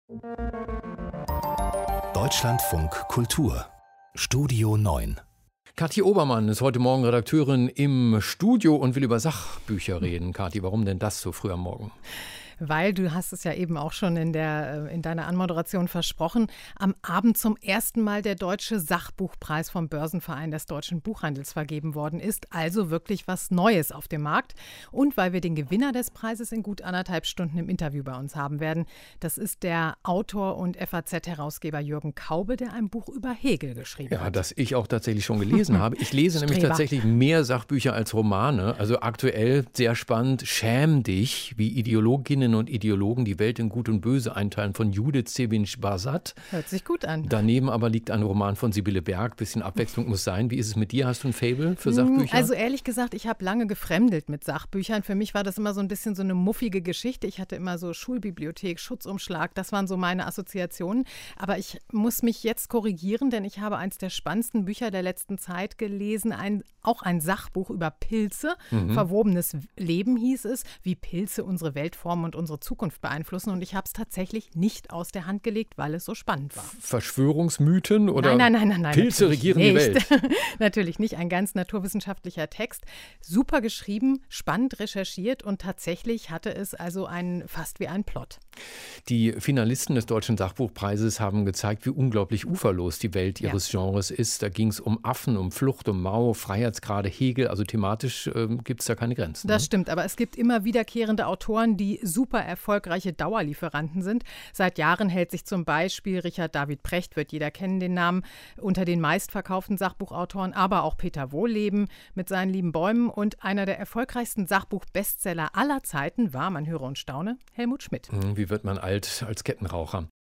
Deutschlandfunk Kultur Studio 9. Kathi Obermann ist heute Morgen Redakteurin im Studio und will über Sachbücher reden. Kathi, warum denn das so früh am Morgen? Weil du hast es ja eben auch schon in deiner Anmoderation versprochen, am Abend zum ersten Mal der Deutsche Sachbuchpreis vom Börsenverein des Deutschen Buchhandels vergeben worden ist. Also wirklich was Neues auf dem Markt. Und weil wir den Gewinner des Preises in gut 1,5 Stunden im Interview bei uns haben werden. Das ist der Autor und FAZ-Herausgeber Jürgen Kaube, der ein Buch über Hegel geschrieben hat. Ja, das ich auch tatsächlich schon gelesen habe. Ich lese nämlich tatsächlich mehr Sachbücher als Romane. Also aktuell sehr spannend, Schäm dich, wie Ideologinnen und Ideologen die Welt in Gut und Böse einteilen, von Judith Sebin-Bahsat. Hört sich gut an. Daneben aber liegt ein Roman von Sibylle Berg. Bisschen Abwechslung muss sein. Wie ist es mit dir? Hast du ein Faible für Sachbücher? Also ehrlich gesagt, ich habe lange gefremdelt mit Sachbüchern. Für mich war das immer so ein bisschen so eine muffige Geschichte. Ich hatte immer so Schulbibliothek, Schutzumschlag. Das waren so meine Assoziationen. Aber ich muss mich jetzt korrigieren, denn ich habe eins der spannendsten Bücher der letzten Zeit gelesen. Auch ein Sachbuch über Pilze. Verwobenes Leben hieß es, wie Pilze unsere Welt formen und unsere Zukunft beeinflussen. Und ich habe es tatsächlich nicht aus der Hand gelegt, weil es so spannend war. Verschwörungsmythen oder Nein, Pilze regieren nicht. die Welt? Natürlich nicht. Ein ganz naturwissenschaftlicher Text. Super geschrieben, spannend recherchiert und tatsächlich hatte es also fast wie ein Plot. Die Finalisten des Deutschen Sachbuchpreises haben gezeigt, wie unglaublich uferlos die Welt ihres Genres ist. Da ging es um Affen, um Flucht, um Mao, Freiheitsgrade, Hegel. Also thematisch gibt es da keine Grenzen. Das stimmt, aber es gibt immer wiederkehrende Autoren, die super erfolgreiche Dauerlieferanten sind. Seit Jahren hält sich zum Beispiel Richard David Precht, wird jeder kennen den Namen, unter den meistverkauften Sachbuchautoren, aber auch Peter Wohlleben mit seinen lieben Bäumen. Und einer der erfolgreichsten Sachbuch-Bestseller aller Zeiten war, man höre und staune, Helmut Schmidt. Wie wird man alt als Kettenraucher?